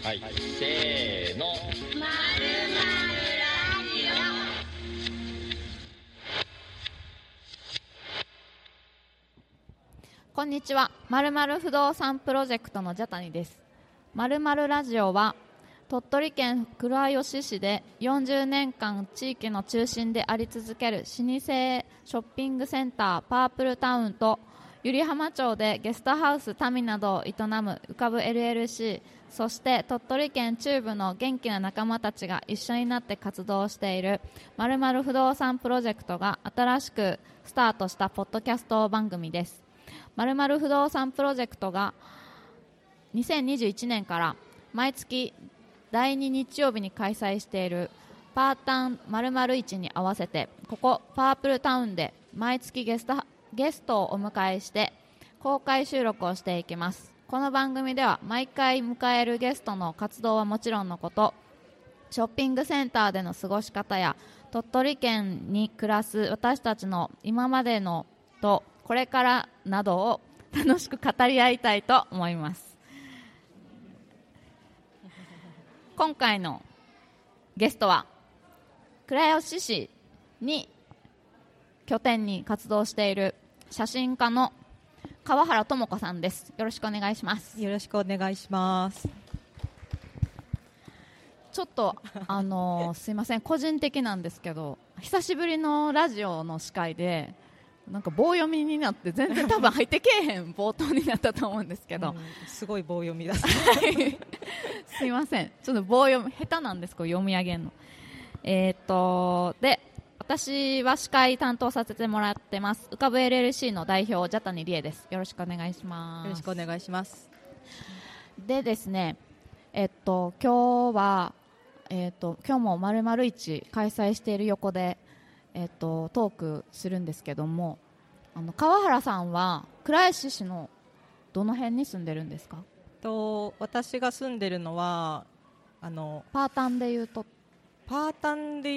はい、せーの。まるまるラジオ。こんにちは。まるまる不動産プロジェクトのジャタニです。まるまるラジオは鳥取県倉吉市で40年間地域の中心であり続ける老舗ショッピングセンターパープルタウンと湯梨浜町でゲストハウスタミなどを営む浮かぶ LLC、 そして鳥取県中部の元気な仲間たちが一緒になって活動しているまるまる不動産プロジェクトが新しくスタートしたポッドキャスト番組です。まるまる不動産プロジェクトが2021年から毎月第2日曜日に開催しているパータン○○1に合わせて、ここパープルタウンで毎月ゲストをお迎えして公開収録をしていきます。この番組では毎回迎えるゲストの活動はもちろんのこと、ショッピングセンターでの過ごし方や鳥取県に暮らす私たちの今までのとこれからなどを楽しく語り合いたいと思います。今回のゲストは倉吉市に拠点に活動している写真家の川原智子さんです。よろしくお願いします。 よろしくお願いします。 ちょっとすいません、個人的なんですけど、久しぶりのラジオの司会でなんか棒読みになって全然多分入ってけえへん冒頭になったと思うんですけど、 すごい棒読みだすいません、ちょっと棒読み下手なんです、こう読み上げるの。で私は司会担当させてもらってます浮かぶ LLC の代表ジャタニリエです。よろしくお願いします。 よろしくお願いします。 でですね、今日は、今日も○○1開催している横でトークするんですけども、川原さんは倉吉市のどの辺に住んでるんですか？ 私が住んでるのはパータンで言うとパータ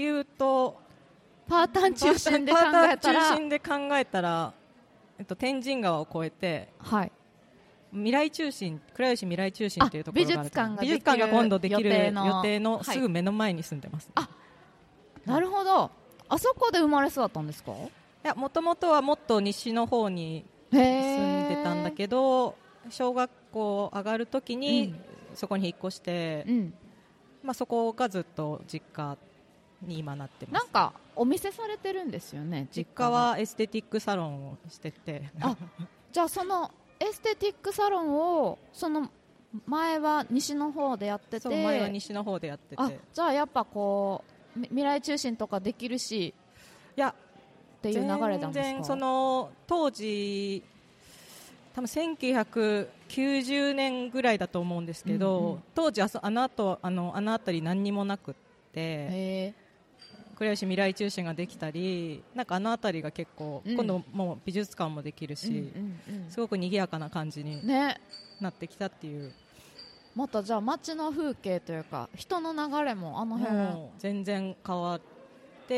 ン中心で考えたら天神川を越えて、 はい、 未来中心、倉吉未来中心というところがある。 美術館が今度できる予定のはい、 すぐ目の前に住んでます、ね。 あ、なるほど。あそこで生まれ育ったんですか？いや、もともとはもっと西の方に住んでたんだけど、小学校上がるときにそこに引っ越して、そこがずっと実家に今なってます。 なんかお店されてるんですよね。 実家はエステティックサロンをしててじゃあそのエステティックサロンをその前は西の方でやってて、 そう、前は西の方でやってて、 じゃあやっぱこう未来中心とかできるし、 いやっていう流れなんですか？ 全然その当時多分1990年ぐらいだと思うんですけど、当時あの辺り何にもなくって、倉吉未来中心ができたり、なんかあの辺りが結構、今度もう美術館もできるし、すごく賑やかな感じになってきたっていう、 またじゃあ街の風景というか人の流れもあの辺もう全然変わって、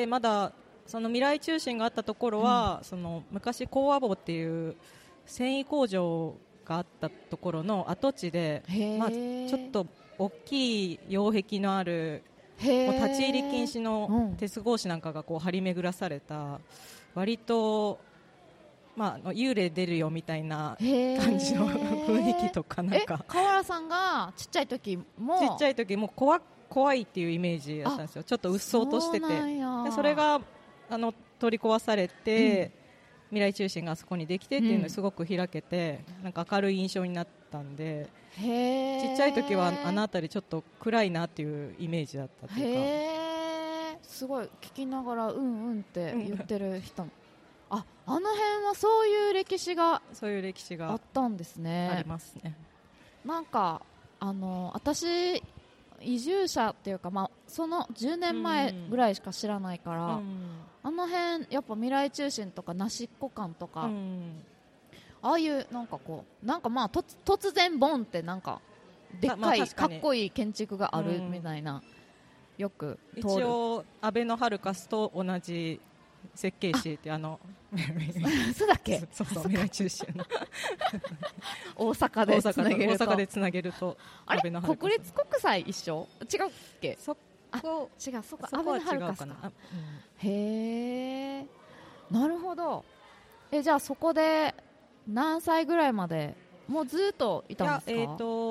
まだその未来中心があったところは、その昔コアボっていう繊維工場があったところの跡地で、ちょっと大きい擁壁のあるもう立ち入り禁止の鉄格子なんかがこう張り巡らされた、割と、幽霊出るよみたいな感じの雰囲気とか、なんか川原さんがちっちゃい時も怖いっていうイメージだったんですよ。ちょっとうっそうとしてて、でそれが取り壊されて、未来中心があそこにできてっていうのですごく開けて、なんか明るい印象になったんで、ちっちゃい時はあの辺りちょっと暗いなっていうイメージだったっていうか、 すごい聞きながらうんって言ってる人あの辺はそういう歴史があったんですね。 ありますね。 なんか私移住者っていうか、その10年前ぐらいしか知らないから、あの辺やっぱ未来中心とかなしっこ館とか、ああいうなんかこうなんか突然ボンってなんかでっかいかっこいい建築があるみたいな、よく通る。 一応アベノハルカスと同じ設計士ってそうだっけそう未来中心の大阪でつなげると大阪でつなげるとあれ国立国際一緒違うっけそこ違うそこそこは違うかかなへえなるほどじゃあそこで何歳ぐらいまでもうずっといたんですか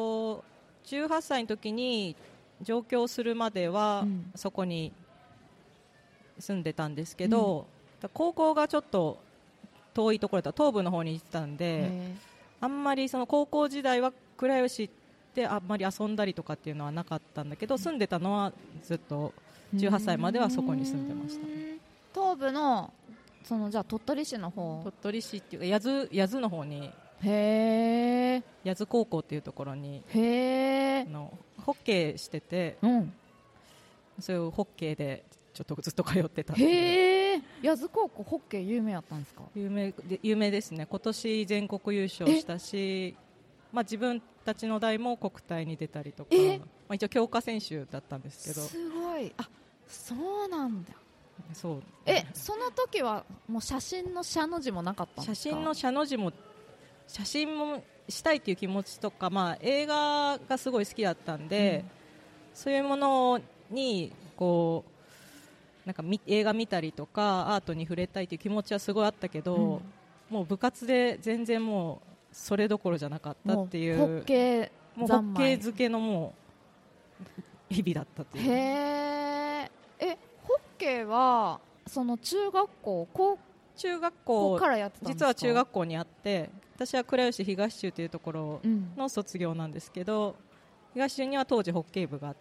18歳の時に上京するまではそこに住んでたんですけど、高校がちょっと遠いところだった東部の方に行ってたんであんまりその高校時代は倉吉であんまり遊んだりとかっていうのはなかったんだけど住んでたのはずっと18歳まではそこに住んでました、 東部のじゃあ鳥取市の方鳥取市っていうか八頭の方にへー八頭高校っていうところにへーホッケーしてて、そういうホッケーでちょっとずっと通ってたへー八頭高校ホッケー有名やったんですか有名ですね今年全国優勝したし、自分たちの代も国体に出たりとか、一応強化選手だったんですけどすごいそうなんだそうその時はもう写真の社の字もなかったんですか写真の社の字も写真もしたいという気持ちとか、映画がすごい好きだったんで、そういうものにこうなんか映画見たりとかアートに触れたいという気持ちはすごいあったけど、もう部活で全然もうそれどころじゃなかったっていうホッケー漬けのもう日々だったっていう。 へーホッケーはその中学校からやってたんですか？ 実は中学校にあって私は倉吉東中というところの卒業なんですけど、東中には当時ホッケー部があって、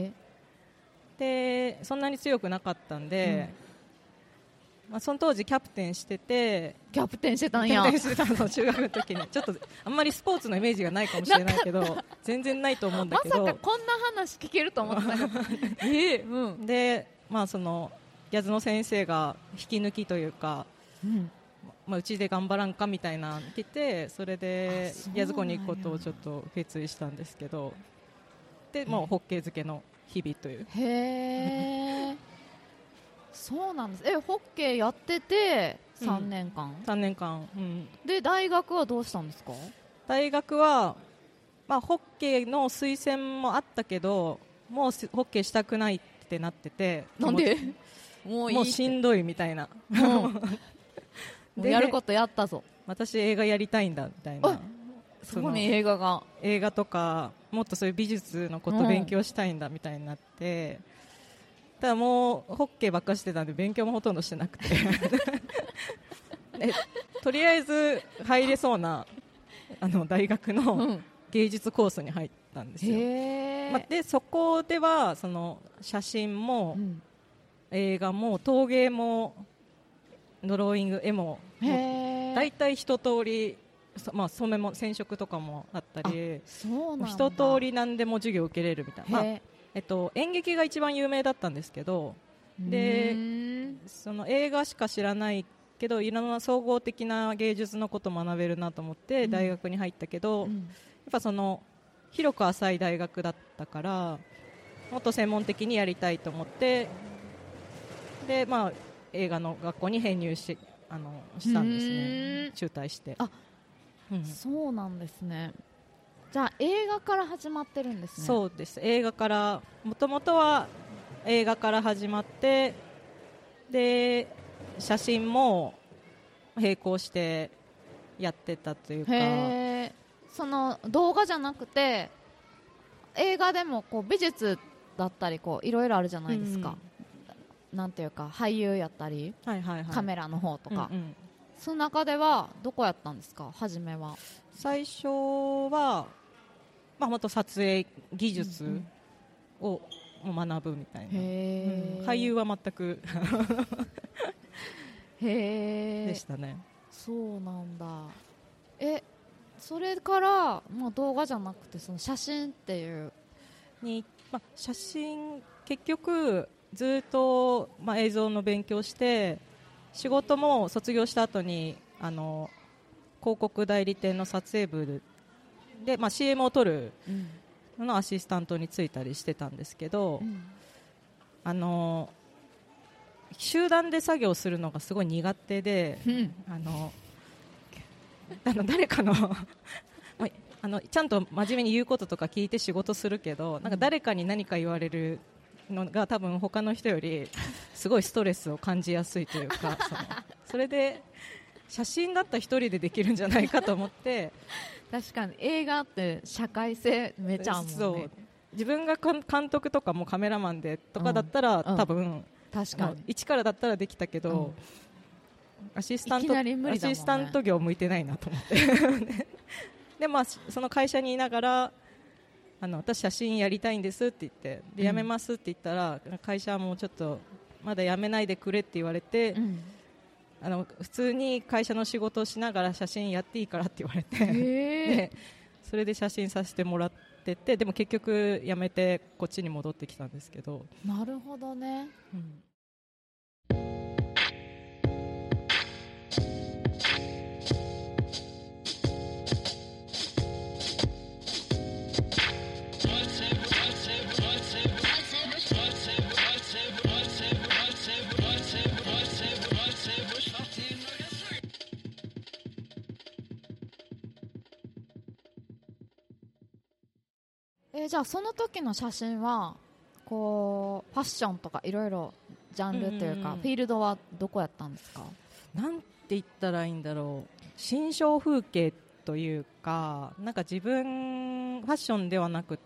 でそんなに強くなかったんで、その当時キャプテンしてたんや中学の時にちょっとあんまりスポーツのイメージがないかもしれないけど全然ないと思うんだけどまさかこんな話聞けると思ってなかったで、その八頭の先生が引き抜きというか、うちで頑張らんかみたいなの来てそれで八頭湖に行くことをちょっと決意したんですけどで、もうホッケー漬けの日々というへーそうなんですホッケーやってて3年間、で大学はどうしたんですか？ 大学は、ホッケーの推薦もあったけどもうホッケーしたくないってなっててなんでもうしんどいみたいなでやることやったぞ私映画やりたいんだみたいなそこに映画とかもっとそういう美術のこと勉強したいんだみたいになって、ただもうホッケーばっかしてたんで勉強もほとんどしてなくてとりあえず入れそうな大学の芸術コースに入ったんですよ。でそこではその写真も、映画も陶芸もドローイング絵も大体一通り、染めも染色とかもあったり一通り何でも授業を受けれるみたいな、演劇が一番有名だったんですけどでその映画しか知らないけどいろんな総合的な芸術のことを学べるなと思って大学に入ったけど、やっぱその広く浅い大学だったからもっと専門的にやりたいと思ってで、映画の学校に編入したんですね中退してそうなんですね。じゃあ映画から始まってるんですね。 そうです映画からもともとは映画から始まってで写真も並行してやってたというかその動画じゃなくて映画でもこう美術だったりいろいろあるじゃないですか、なんていうか俳優やったり、カメラの方とか、その中ではどこやったんですか？初めは最初は、もっと撮影技術を学ぶみたいな、俳優は全くでしたね。 そうなんだ。それから、動画じゃなくてその写真っていう写真結局ずっと、映像の勉強して仕事も卒業した後に広告代理店の撮影部で、CM を撮るのアシスタントに就いたりしてたんですけど、 集団で作業するのがすごい苦手で、誰かのちゃんと真面目に言うこととか聞いて仕事するけど、なんか誰かに何か言われるのが多分他の人よりすごいストレスを感じやすいというかそれで写真だったら一人でできるんじゃないかと思って確かに映画って社会性めちゃあるもんね。 そう自分が監督とかもカメラマンでとかだったら、多分確かに一からだったらできたけど、アシスタント業向いてないなと思ってで、その会社にいながら私写真やりたいんですって言ってで辞めますって言ったら、会社もちょっとまだ辞めないでくれって言われて、普通に会社の仕事をしながら写真やっていいからって言われてでそれで写真させてもらってて、でも結局辞めてこっちに戻ってきたんですけど。 なるほどね、じゃあその時の写真はこうファッションとかいろいろジャンルというか、フィールドはどこやったんですか？ なんて言ったらいいんだろう、新象風景というか、なんか自分ファッションではなくって、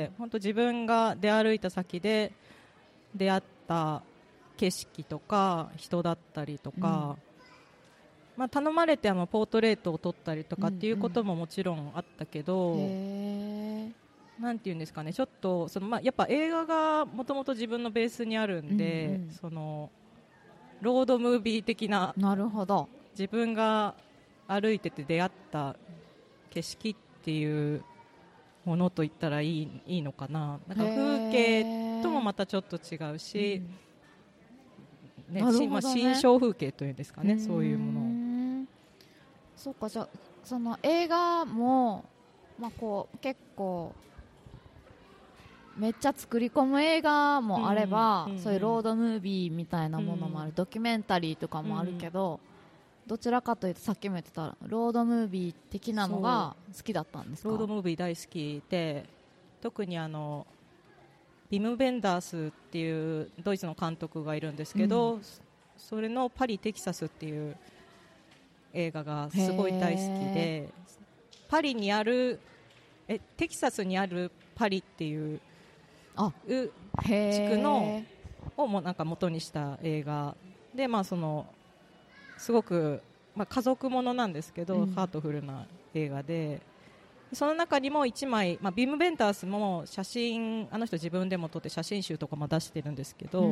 本当自分が出歩いた先で出会った景色とか人だったりとか、頼まれてポートレートを撮ったりとかっていうことももちろんあったけど、なんていうんですかね、ちょっとやっぱ映画がもともと自分のベースにあるんで、ロードムービー的な、 なるほど、 自分が歩いてて出会った景色っていうものと言ったらいいのかな、なんか風景ともまたちょっと違うし、新象風景というんですかね、そういうもの。 そうか、じゃあその映画も、こう結構めっちゃ作り込む映画もあれば、そういうロードムービーみたいなものもある、ドキュメンタリーとかもあるけど、どちらかというとさっきも言ってたロードムービー的なのが好きだったんですか？ ロードムービー大好きで、特にビム・ベンダースっていうドイツの監督がいるんですけど、それのパリ・テキサスっていう映画がすごい大好きで、パリにあるテキサスにあるパリっていう地区のをもなんか元にした映画で、すごく、家族ものなんですけど、ハートフルな映画で、その中にも1枚、ビム・ベンタースも写真、あの人自分でも撮って写真集とかも出してるんですけど、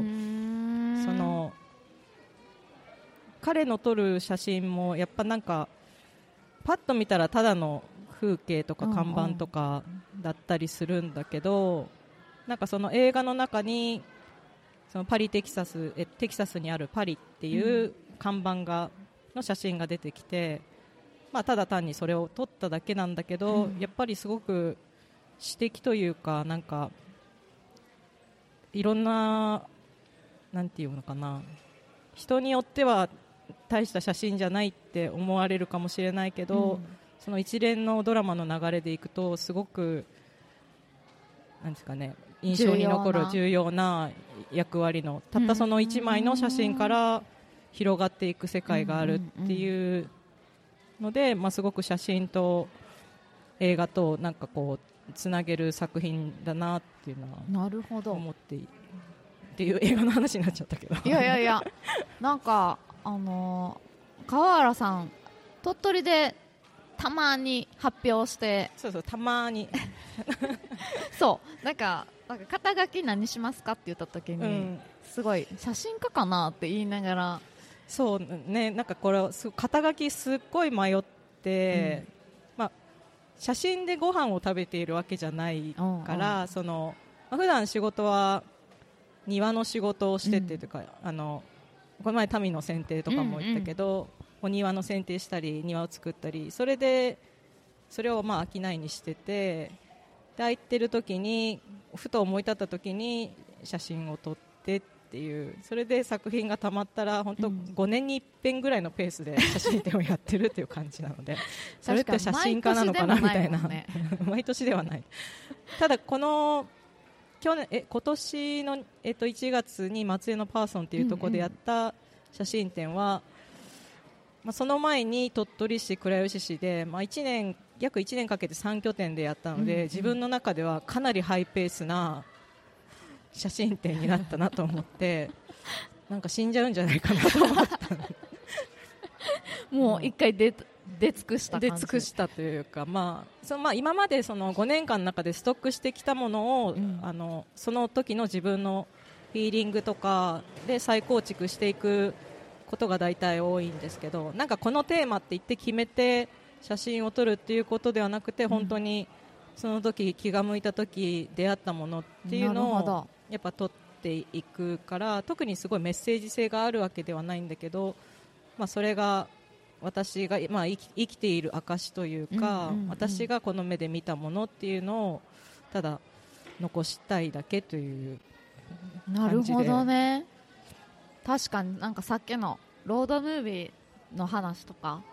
彼の撮る写真もやっぱなんかパッと見たらただの風景とか看板とかだったりするんだけど、なんかその映画の中にそのテキサスにあるパリっていう看板の写真が出てきて、ただ単にそれを撮っただけなんだけど、やっぱりすごく詩的というか、なんかいろんな、なんていうのかな、人によっては大した写真じゃないって思われるかもしれないけど、その一連のドラマの流れでいくとすごくなんですかね、印象に残る重要な役割のたったその1枚の写真から広がっていく世界があるっていうので、すごく写真と映画となんかこうつなげる作品だなっていうのは思ってっていう映画の話になっちゃったけどいやなんか川原さん鳥取でたまに発表して、 そうたまにそうなんか肩書き何しますかって言った時に、すごい写真家かなって言いながら、 そうね、なんかこれ肩書きすっごい迷って、写真でご飯を食べているわけじゃないから、普段仕事は庭の仕事をしててとか、この前民の剪定とかも言ったけど、お庭の剪定したり庭を作ったり、それを商いにしてて、で空いてる時にふと思い立った時に写真を撮ってっっていう、それで作品がたまったら本当5年に一遍ぐらいのペースで写真展をやってるっていう感じなのでそれって写真家なのかなみたいな毎年ではない。ただこの今年の、1月に松江のパーソンっていうところでやった写真展は、その前に鳥取市倉吉市で、約1年かけて3拠点でやったので、自分の中ではかなりハイペースな写真展になったなと思ってなんか死んじゃうんじゃないかなと思ったもう一回出尽くした感じ、 出尽くしたというか、今までその5年間の中でストックしてきたものを、その時の自分のフィーリングとかで再構築していくことが大体多いんですけど、なんかこのテーマって言って決めて写真を撮るっていうことではなくて、本当にその時気が向いた時出会ったものっていうのをやっぱ撮っていくから、特にすごいメッセージ性があるわけではないんだけど、それが私が、生きている証というか、私がこの目で見たものっていうのをただ残したいだけという感じで。 なるほどね。確かになんかさっきのロードムービーの話とか、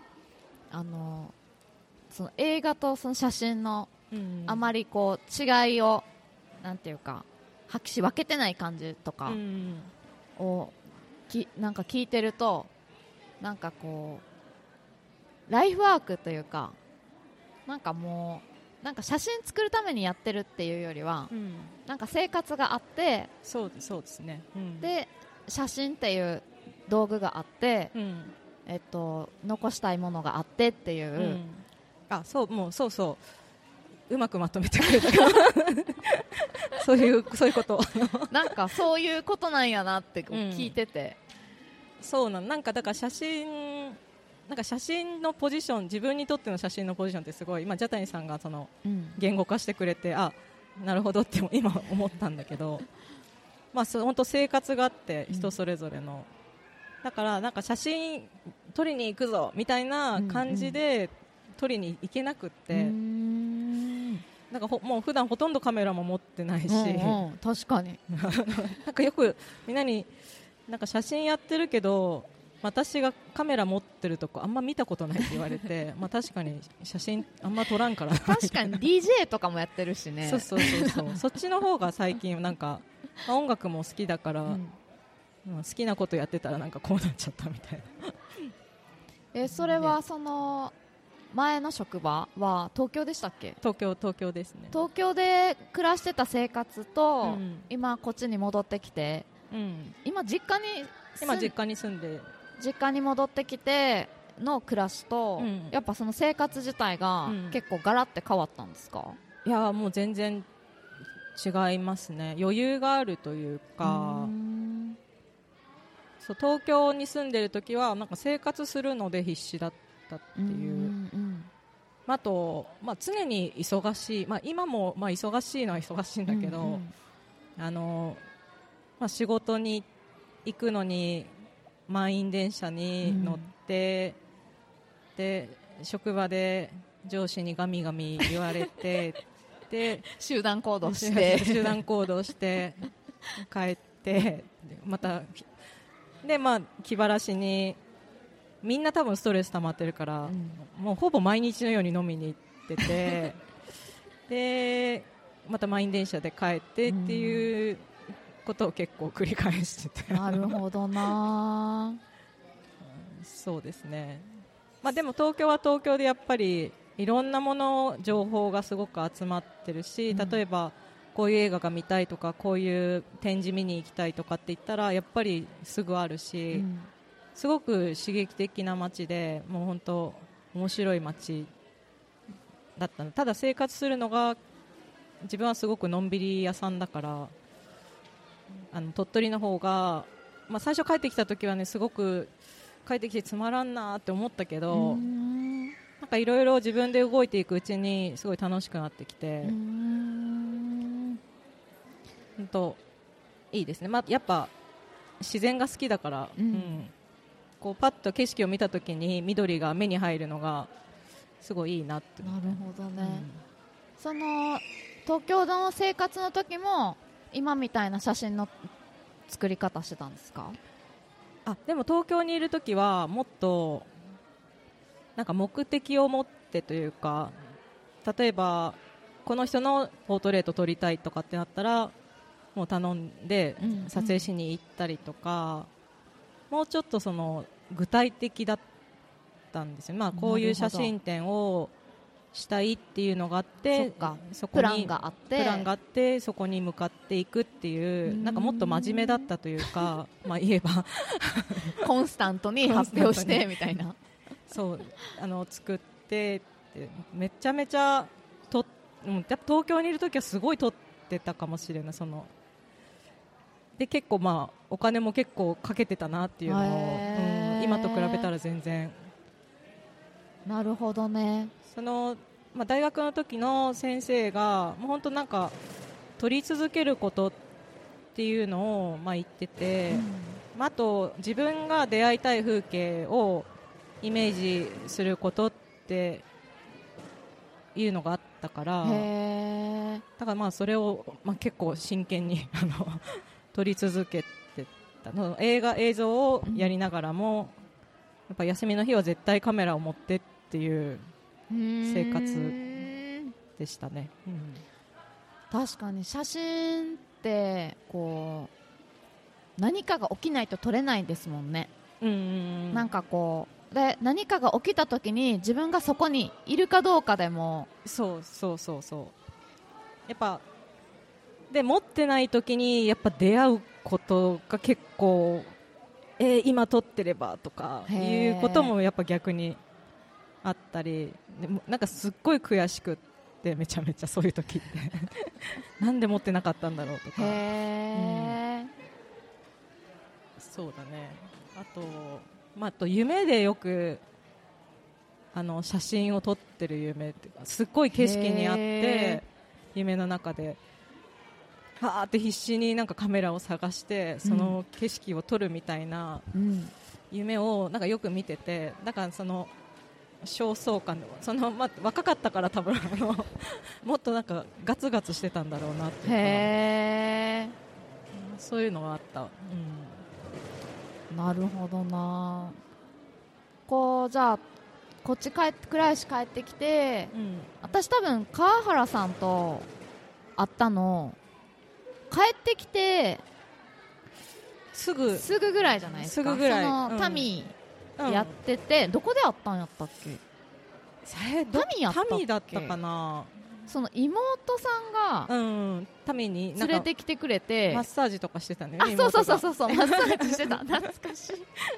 その映画とその写真のあまりこう違いをなんていうか分けてない感じとかをなんか聞いてると、なんかこうライフワークというか、なんかもうなんか写真作るためにやってるっていうよりは、なんか生活があって、 そうですね、 で写真っていう道具があって、残したいものがあってっていう、 うまくまとめてくれたそういうことなんかそういうことなんやなって聞いてて、 なんかだから写真のポジション、自分にとっての写真のポジションってすごい今ジャタニさんがその言語化してくれて、なるほどって今思ったんだけど、本当生活があって人それぞれの、だからなんか写真撮りに行くぞみたいな感じで撮りに行けなくって、なんかもう普段ほとんどカメラも持ってないし、 確かになんかよくみんなになんか写真やってるけど私がカメラ持ってるとこあんま見たことないって言われて確かに写真あんま撮らんからな確かに DJ とかもやってるしねそうそっちの方が最近なんか音楽も好きだから、好きなことやってたらなんかこうなっちゃったみたいな。それはその前の職場は東京でしたっけ？ 東京ですね。 東京で暮らしてた生活と、今こっちに戻ってきて、今実家に住んで実家に戻ってきての暮らしと、やっぱその生活自体が結構ガラッて変わったんですか？ いやもう全然違いますね。余裕があるというか、東京に住んでる時はなんか生活するので必死だったっていう、あと、常に忙しい、今も忙しいのは忙しいんだけど、仕事に行くのに満員電車に乗って、で職場で上司にガミガミ言われてで集団行動して帰ってまたで気晴らしにみんな多分ストレス溜まってるから、もうほぼ毎日のように飲みに行っててでまた満員電車で帰ってっていうことを結構繰り返しててなるほどなそうですね。でも東京は東京でやっぱりいろんなもの情報がすごく集まってるし、例えばこういう映画が見たいとかこういう展示見に行きたいとかって言ったらやっぱりすぐあるし、すごく刺激的な街でもう本当面白い街だったの。ただ生活するのが自分はすごくのんびり屋さんだから鳥取の方が、最初帰ってきた時はねすごく帰ってきてつまらんなって思ったけど、なんかいろいろ自分で動いていくうちにすごい楽しくなってきて、本当いいですね。やっぱ自然が好きだから、こうパッと景色を見た時に緑が目に入るのがすごいいいなって。 なるほどね、その東京の生活の時も今みたいな写真の作り方してたんですか？ でも東京にいるときはもっとなんか目的を持ってというか、例えばこの人のポートレート撮りたいとかってなったらもう頼んで撮影しに行ったりとか、もうちょっとその具体的だったんですよ。こういう写真展をしたいっていうのがあって、そこにプランがあってそこに向かっていくっていう、なんかもっと真面目だったというか言えばコンスタントに発表してみたいなそう作ってってめちゃめちゃ東京にいるときはすごい撮ってたかもしれない。で結構お金も結構かけてたなっていうのを、今と比べたら全然。 なるほどね。 大学の時の先生がもう本当なんか撮り続けることっていうのを言ってて、あと自分が出会いたい風景をイメージすることっていうのがあったから、だからそれを結構真剣に撮り続けてた。映像をやりながらも、やっぱ休みの日は絶対カメラを持ってっていう生活でしたね。 確かに写真ってこう何かが起きないと撮れないですもんね。なんかこうで何かが起きた時に自分がそこにいるかどうかでもそうやっぱで持ってない時にやっぱ出会うことが結構今撮ってればとかいうこともやっぱ逆にあったり、でもなんかすっごい悔しくってめちゃめちゃそういう時ってなんで持ってなかったんだろうとか。そうだね。あと夢でよく写真を撮ってる夢っていうか、すっごい景色にあって夢の中ではーって必死になんかカメラを探してその景色を撮るみたいな夢をなんかよく見てて、だから焦燥感で若かったから多分もっとなんかガツガツしてたんだろうなっていうか、そういうのがあった。 なるほどな。じゃあこっち倉吉帰ってきて、私多分川原さんと会ったの帰ってきてすぐぐらいじゃないですか。 すぐぐらい。 タミやってて、どこで会ったんやったっけ？タミやったっけ？ タミだったかな。 その妹さんがタミに連れてきてくれてマッサージとかしてたね。 そうマッサージしてた懐かしい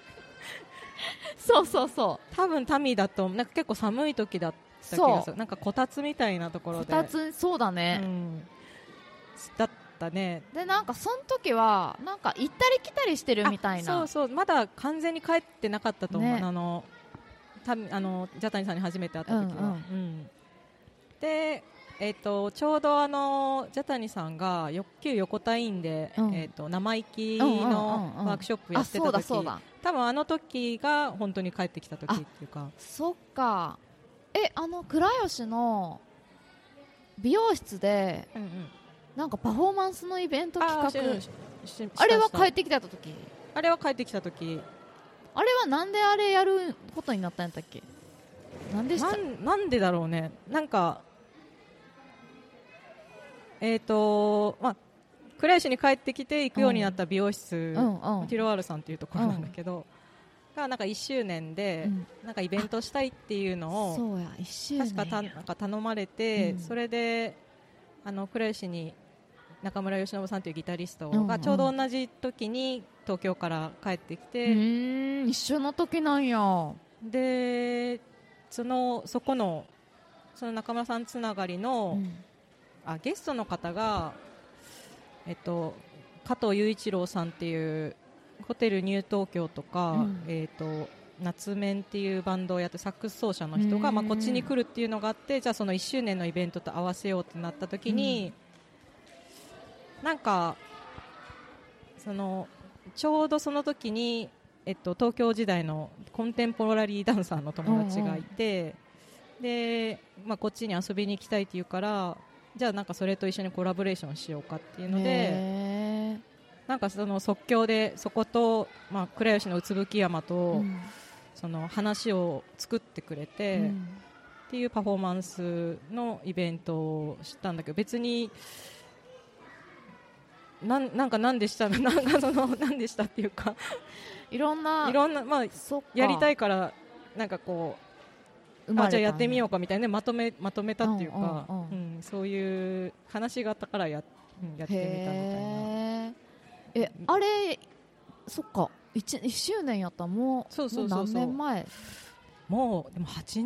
そう多分タミだとなんか結構寒い時だった気がする。なんかこたつみたいなところでこたつ、そうだね、 だったね。 でなんかその時はなんか行ったり来たりしてるみたいな。 そうまだ完全に帰ってなかったと思う、ね、ジャタニさんに初めて会った時は、でちょうどジャタニさんが旧横田院で、生意気のワークショップやってた時、多分あの時が本当に帰ってきた時っていうか。 そっか。倉吉の美容室で、なんかパフォーマンスのイベント企画、あれは帰ってきた時？ あれは帰ってきた時。 あれはなんであれやることになったんだっけ？ なんでだろうね。なんか倉吉に帰ってきて行くようになった美容室、ティロワールさんっていうところなんだけど、がなんか1周年で、なんかイベントしたいっていうのをそうや1周年確かなんか頼まれて、それで倉吉に中村佳信さんというギタリストがちょうど同じ時に東京から帰ってきて、 一緒の時なんや。 でそこの中村さんつながりの、ゲストの方が、加藤雄一郎さんっていうホテルニュー東京とか、夏メンっていうバンドをやってサックス奏者の人が、こっちに来るっていうのがあって、じゃあその1周年のイベントと合わせようってなった時に、なんかちょうどその時に、東京時代のコンテンポラリーダンサーの友達がいて、で、こっちに遊びに行きたいって言うから、じゃあなんかそれと一緒にコラボレーションしようかっていうので、 なんかその即興でそこと、倉吉のうつぶき山と、その話を作ってくれて、っていうパフォーマンスのイベントをしたんだけど、別になんか何でした何でしたっていうかいろんな、やりたいからなんかこうじゃあやってみようかみたいな、まとめたっていうか、そういう話があったからやってみたみたいな。 あれそっか 1周年やったらもう何年前？ もうでも8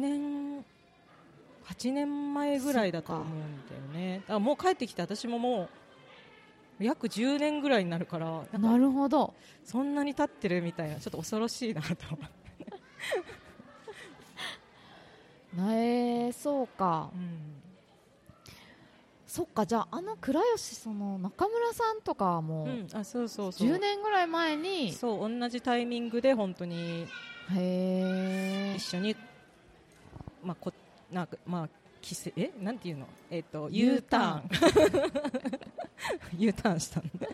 年前ぐらいだと思うんだよね。だからもう帰ってきて私ももう約10年ぐらいになるから、 なるほど、 そんなに経ってるみたいな、ちょっと恐ろしいなと思ってそうか、そっか。じゃあ倉吉その中村さんとかはもう10年ぐらい前に同じタイミングで本当に一緒になんていうの、U ターンU ターンしたんで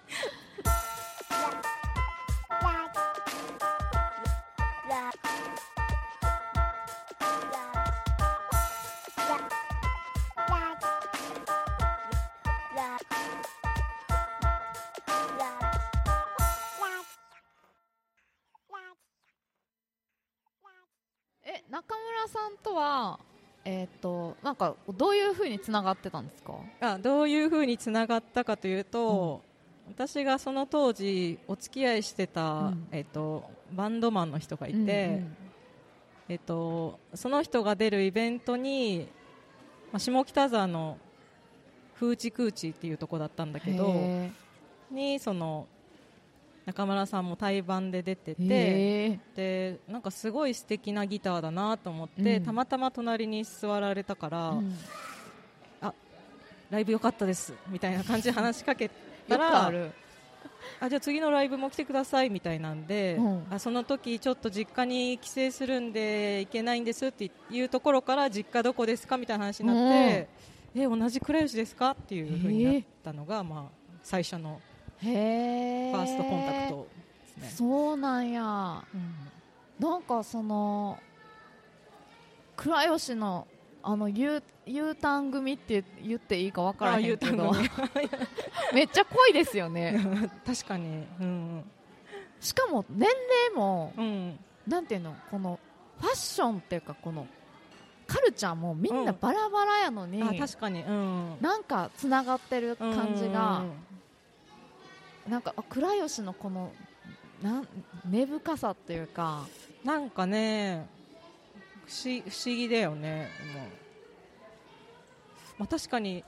中村さんとはなんかどういうふうにつながってたんですか？ どういうふうにつながったかというと、私がその当時お付き合いしてた、バンドマンの人がいて、その人が出るイベントに、下北沢の風知空知っていうとこだったんだけどにその中村さんも対バンで出てて、でなんかすごい素敵なギターだなと思って、たまたま隣に座られたから、ライブ良かったですみたいな感じで話しかけたらじゃあ次のライブも来てくださいみたいなんで、その時ちょっと実家に帰省するんで行けないんですっていうところから、実家どこですかみたいな話になって、同じ倉吉ですかっていう風になったのが、最初のファーストコンタクトですね。 そうなんや、なんかその倉吉のU ターン組って言っていいか分からへんけどめっちゃ濃いですよね確かに、 しかも年齢も、なんていうの、このファッションっていうか、このカルチャーもみんなバラバラやのに、 確かに、 なんかつながってる感じが、なんか倉吉のこの根深さっていうか、 なんかね不思議だよね。確かに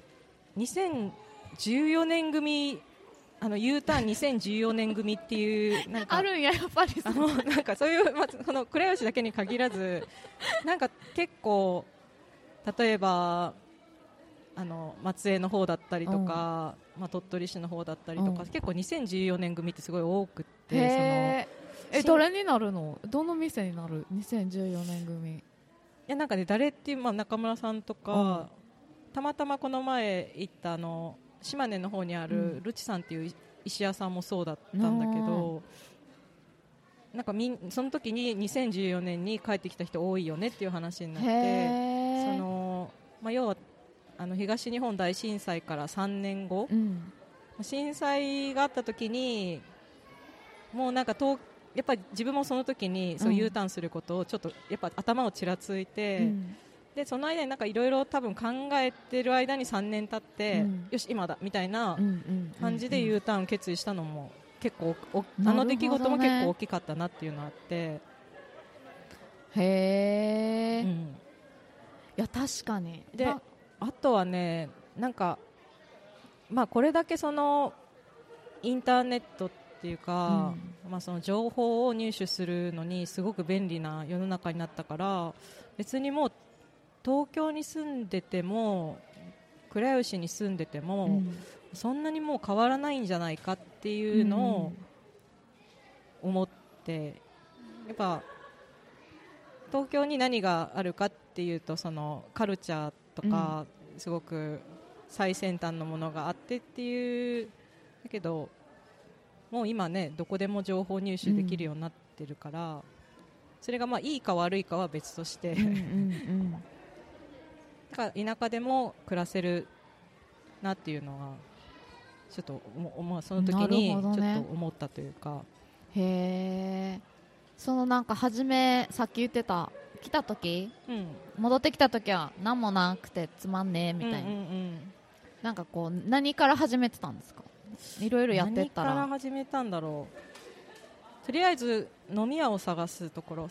2014年組U ターン2014年組っていうなんかあるんや、やっぱりなんかそういう、この倉吉だけに限らずなんか結構例えば松江の方だったりとか、鳥取市の方だったりとか、結構2014年組ってすごい多くて、 誰になるの？どの店になる2014年組？いやなんかね、誰っていう、中村さんとか、たまたまこの前行った島根の方にあるルチさんっていう石屋さんもそうだったんだけど、なんかその時に2014年に帰ってきた人多いよねっていう話になって、要は東日本大震災から3年後、震災があった時にもうなんかやっぱり自分もその時にそう U ターンすることをちょっとやっぱ頭をちらついて、でその間になんかいろいろ多分考えてる間に3年経って、よし今だみたいな感じで U ターン決意したのも結構出来事も結構大きかったなっていうのがあって、 へー、いや確かに。 であとはね、なんかこれだけそのインターネットっていうか、その情報を入手するのにすごく便利な世の中になったから、別にもう東京に住んでても倉吉に住んでても、そんなにもう変わらないんじゃないかっていうのを思って、やっぱ東京に何があるかっていうと、そのカルチャーとか、すごく最先端のものがあってっていう、だけどもう今ねどこでも情報入手できるようになってるから、それがまあいいか悪いかは別として、だから田舎でも暮らせるなっていうのはちょっとその時にちょっと思ったというか、 へえ。そのなんか初めさっき言ってた来た時、戻ってきた時は何もなくてつまんねえみたいな、なんかこう何から始めてたんですか？いろいろやってったら何から始めたんだろう。とりあえず飲み屋を探すところ、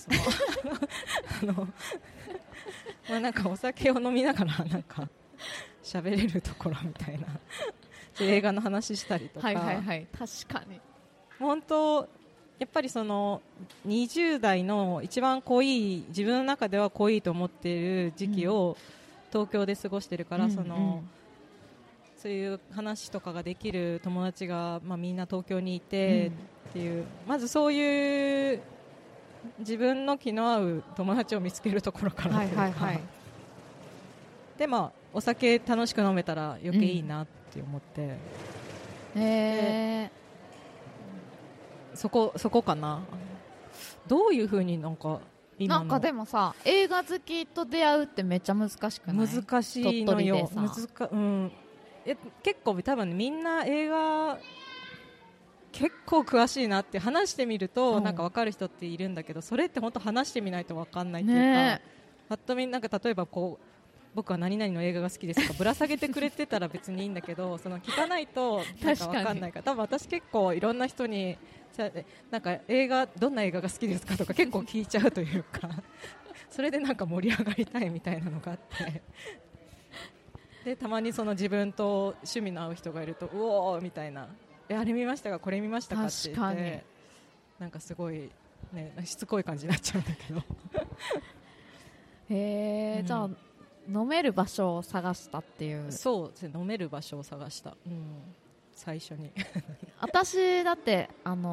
まあなんかお酒を飲みながらなんか喋れるところみたいな映画の話したりとか、 はいはいはい、確かに本当やっぱりその20代の一番濃い、自分の中では濃いと思っている時期を東京で過ごしてるから、そういう話とかができる友達が、まあ、みんな東京にいてっていう、まずそういう自分の気の合う友達を見つけるところからというか、でまあお酒楽しく飲めたら余計いいなって思って、そこかな。どういう風になんか今のなんかでもさ、映画好きと出会うってめっちゃ難しくない？ 難しいのよ。結構多分みんな映画結構詳しいなって話してみるとなんか分かる人っているんだけど、それって本当話してみないと分かんないっていうか、ぱっと見なんか例えばこう僕は何々の映画が好きですとかぶら下げてくれてたら別にいいんだけど、その聞かないとなんか分かんないから、多分私結構いろんな人になんかどんな映画が好きですかとか結構聞いちゃうというかそれでなんか盛り上がりたいみたいなのがあってでたまにその自分と趣味の合う人がいるとうおーみたいな、あれ見ましたかこれ見ましたかって言ってなんかすごい、ね、しつこい感じになっちゃうんだけどへー、じゃあ飲める場所を探したっていう。 そうですね、飲める場所を探した、最初に私だって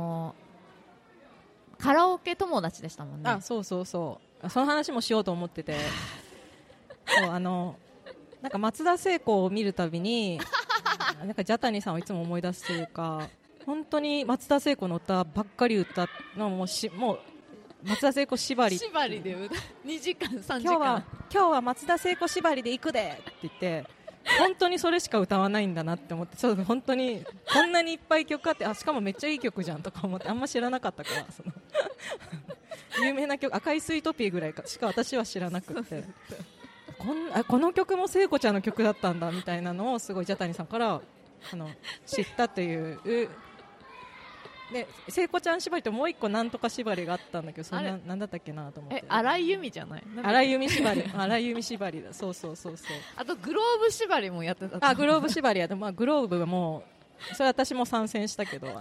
カラオケ友達でしたもんね。 あ、そうその話もしようと思っててそうなんか松田聖子を見るたびになんかジャタニさんをいつも思い出すというか、本当に松田聖子の歌ばっかり歌のもう松田聖子縛りで歌2時間3時間今日は松田聖子縛りで行くでって言って本当にそれしか歌わないんだなって思って、ちょっと本当にこんなにいっぱい曲あって、しかもめっちゃいい曲じゃんとか思ってあんま知らなかったから有名な曲赤いスイートピーぐらいしか私は知らなくてこの曲も聖子ちゃんの曲だったんだみたいなのをすごいジャタニさんから知ったというで、聖子ちゃん縛りともう一個なんとか縛りがあったんだけど、そんななんだったっけなと思って。 荒井由実じゃない？ 荒井由実縛り荒井由実縛りだ。そうあとグローブ縛りもやってた。 グローブ縛りやで、まあ、グローブはもうそれ私も参戦したけど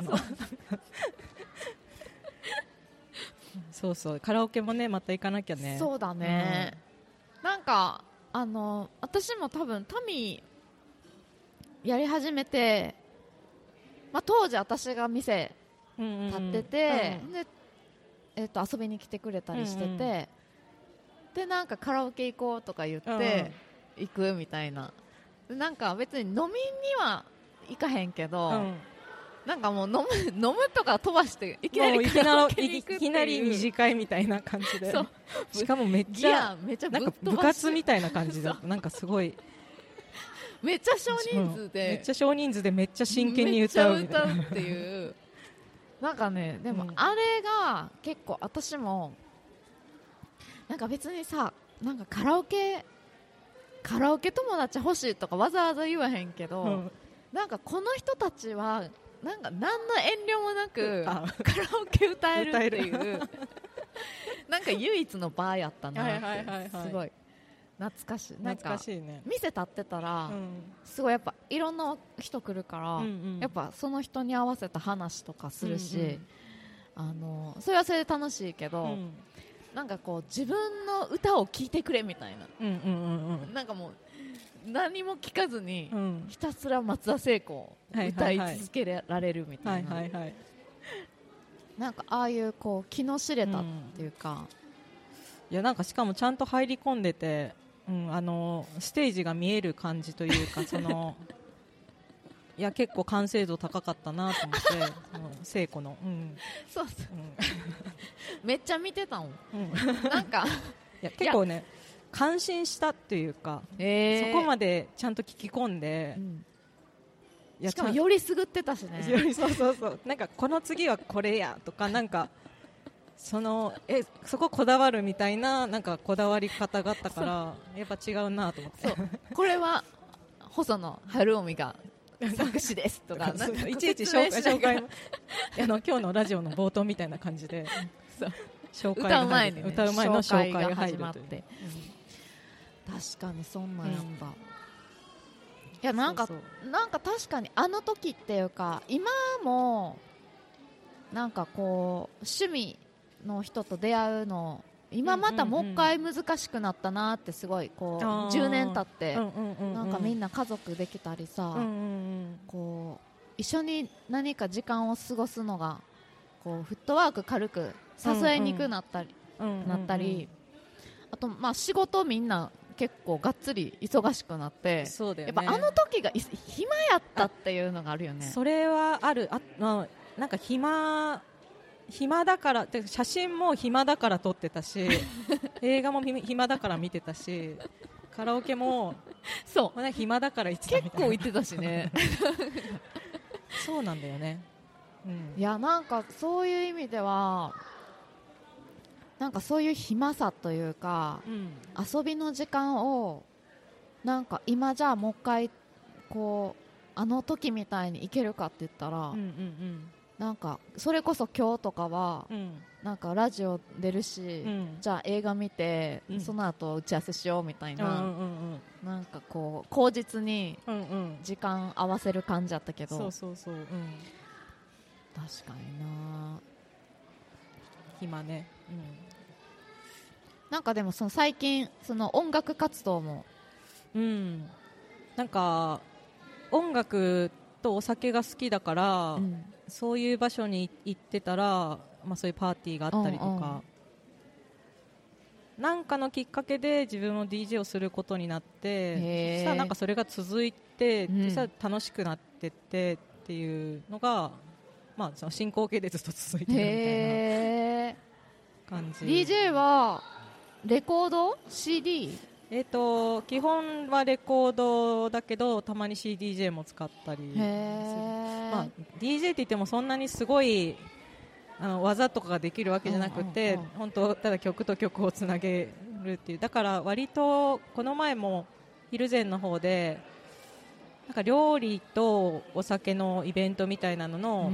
そうカラオケもねまた行かなきゃね。 そうだね、なんか私も多分タミやり始めて、まあ、当時私が店立ってて、で遊びに来てくれたりしてて、でなんかカラオケ行こうとか言って行くみたいな、なんか別に飲みには行かへんけど、なんかもう飲むとか飛ばしていきなりカラオケに行くっていう、いきなり二次会みたいな感じで、しかもめっちゃなんか部活みたいな感じだった。なんかすごいめっちゃ少人数でめっちゃ真剣に歌うみたいなっていうなんかね、でもあれが結構私もなんか別にさ、なんかカラオケ友達欲しいとかわざわざ言わへんけど、なんかこの人たちはなんか何の遠慮もなくカラオケ歌えるっていうなんか唯一のバーやったなってすごい懐かしい。なんか店立ってたらすごいやっぱいろんな人来るから、やっぱその人に合わせた話とかするし、それはそれで楽しいけど、なんかこう自分の歌を聴いてくれみたいな、なんかもう何も聞かずにひたすら松田聖子を歌い続けられるみたいな、なんかああいうこう気の知れたっていうか、 いやなんかしかもちゃんと入り込んでて、ステージが見える感じというかそのいや結構完成度高かったなと思ってその聖子の、 そうそう、めっちゃ見てたもん、なんかいや結構ね感心したっていうか、そこまでちゃんと聞き込んで、 いやしかもよりすぐってたしねそうなんかこの次はこれやとかなんかそここだわるみたいななんかこだわり方があったからやっぱ違うなと思って、 これは細野晴臣が作詞ですとかいちいち紹介も今日のラジオの冒頭みたいな感じで紹介が入る、歌う前の紹介が始まって、 確かにそんなんやった、いやなんか確かにあの時っていうか今もなんかこう趣味の人と出会うの今またもう一回難しくなったなってすごいこう10年経ってなんかみんな家族できたりさ、こう一緒に何か時間を過ごすのがこうフットワーク軽く誘いにくくなったり、あとまあ仕事みんな結構がっつり忙しくなって、 そうだよね、 やっぱあの時が暇やったっていうのがあるよね。 それはある。なんか暇だからで写真も暇だから撮ってたし映画も暇だから見てたしカラオケもそう、 まあ、暇だから行ってたみたいな、 結構行ってたしねそうなんだよね、 いやなんかそういう意味ではなんかそういう暇さというか、遊びの時間をなんか今じゃあもう一回こうあの時みたいに行けるかって言ったら、なんかそれこそ今日とかは、なんかラジオ出るし、じゃあ映画見て、その後打ち合わせしようみたいな、なんかこう口実に時間合わせる感じだったけど、確かにな暇ね、 なんかでもその最近その音楽活動も、 なんか音楽とお酒が好きだから、そういう場所に行ってたら、まあ、そういうパーティーがあったりとか、なんかのきっかけで自分も DJ をすることになって、そしたらなんかそれが続いて、そしたら楽しくなってってっていうのが、まあ、その進行形でずっと続いてるみたいな感じ。 DJ はレコード CD？ 基本はレコードだけどたまに CDJ も使ったり、まあ、DJ って言ってもそんなにすごい技とかができるわけじゃなくて、本当ただ曲と曲をつなげるっていう。だから割とこの前もヒルゼンの方でなんか料理とお酒のイベントみたいなのの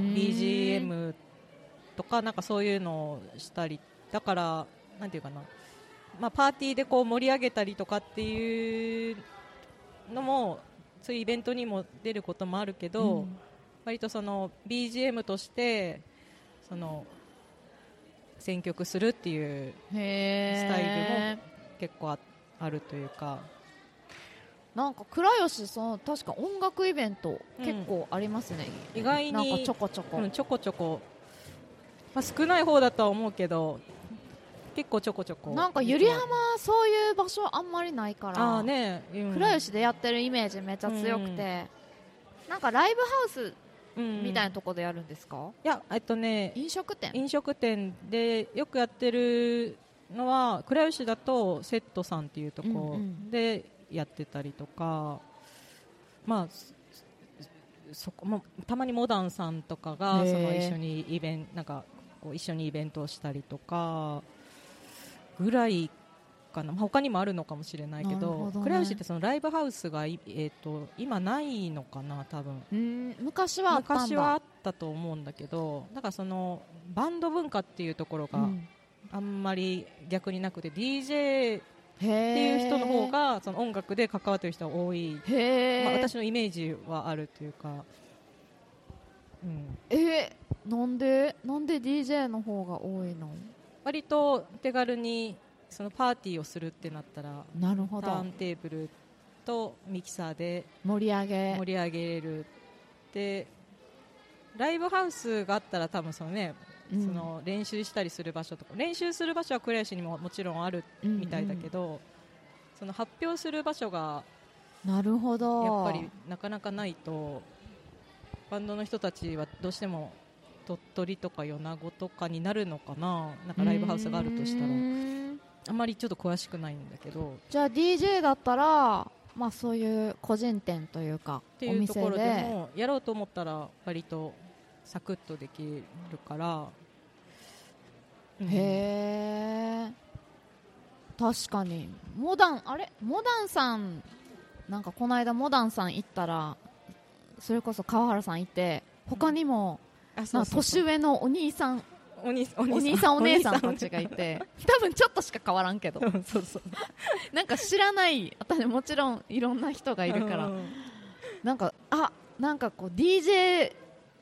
BGM とかなんかそういうのをしたり、だからなんていうかな、まあ、パーティーでこう盛り上げたりとかっていうのもそういうイベントにも出ることもあるけど、割とその BGM としてその選曲するっていうスタイルも結構あるというか、 なんか倉吉さん確か音楽イベント結構ありますね、 意外になんかちょこちょこ、 ちょこちょこ、まあ、少ない方だとは思うけど結構ちょこちょこ。 なんか百合浜そういう場所あんまりないから、倉吉でやってるイメージめっちゃ強くて、なんかライブハウスみたいなとこでやるんですか？ いや、飲食店でよくやってるのは倉吉だとセットさんっていうとこでやってたりとか、まあそこもたまにモダンさんとかがその一緒にイベントをしたりとかぐらいかな。他にもあるのかもしれないけど、倉吉ってそのライブハウスが、今ないのかな多分。 昔はあったと思うんだけど、だからそのバンド文化っていうところがあんまり逆になくて、DJ っていう人の方がその音楽で関わってる人が多い、まあ、私のイメージはあるというか、 なんで DJ の方が多いの？ 割と手軽にそのパーティーをするってなったら、 なるほど、 ターンテーブルとミキサーで盛り上げれる。でライブハウスがあったら多分そのね、その練習したりする場所とか、練習する場所は倉吉にももちろんあるみたいだけど、その発表する場所がなるほどやっぱりなかなかないとバンドの人たちはどうしても鳥取とか米子とかになるのかな、なんかライブハウスがあるとしたら、あんまりちょっと詳しくないんだけど、 じゃあ DJ だったら、まあ、そういう個人店というかっていうところでもやろうと思ったら割とサクッとできるから、 へー、確かにモダンさん、なんかこの間モダンさん行ったらそれこそ川原さんいて、他にも、なんか年上のお兄さんお姉さんたちがいて、多分ちょっとしか変わらんけどそうそうなんか知らない、私もちろんいろんな人がいるから、なんかこう DJ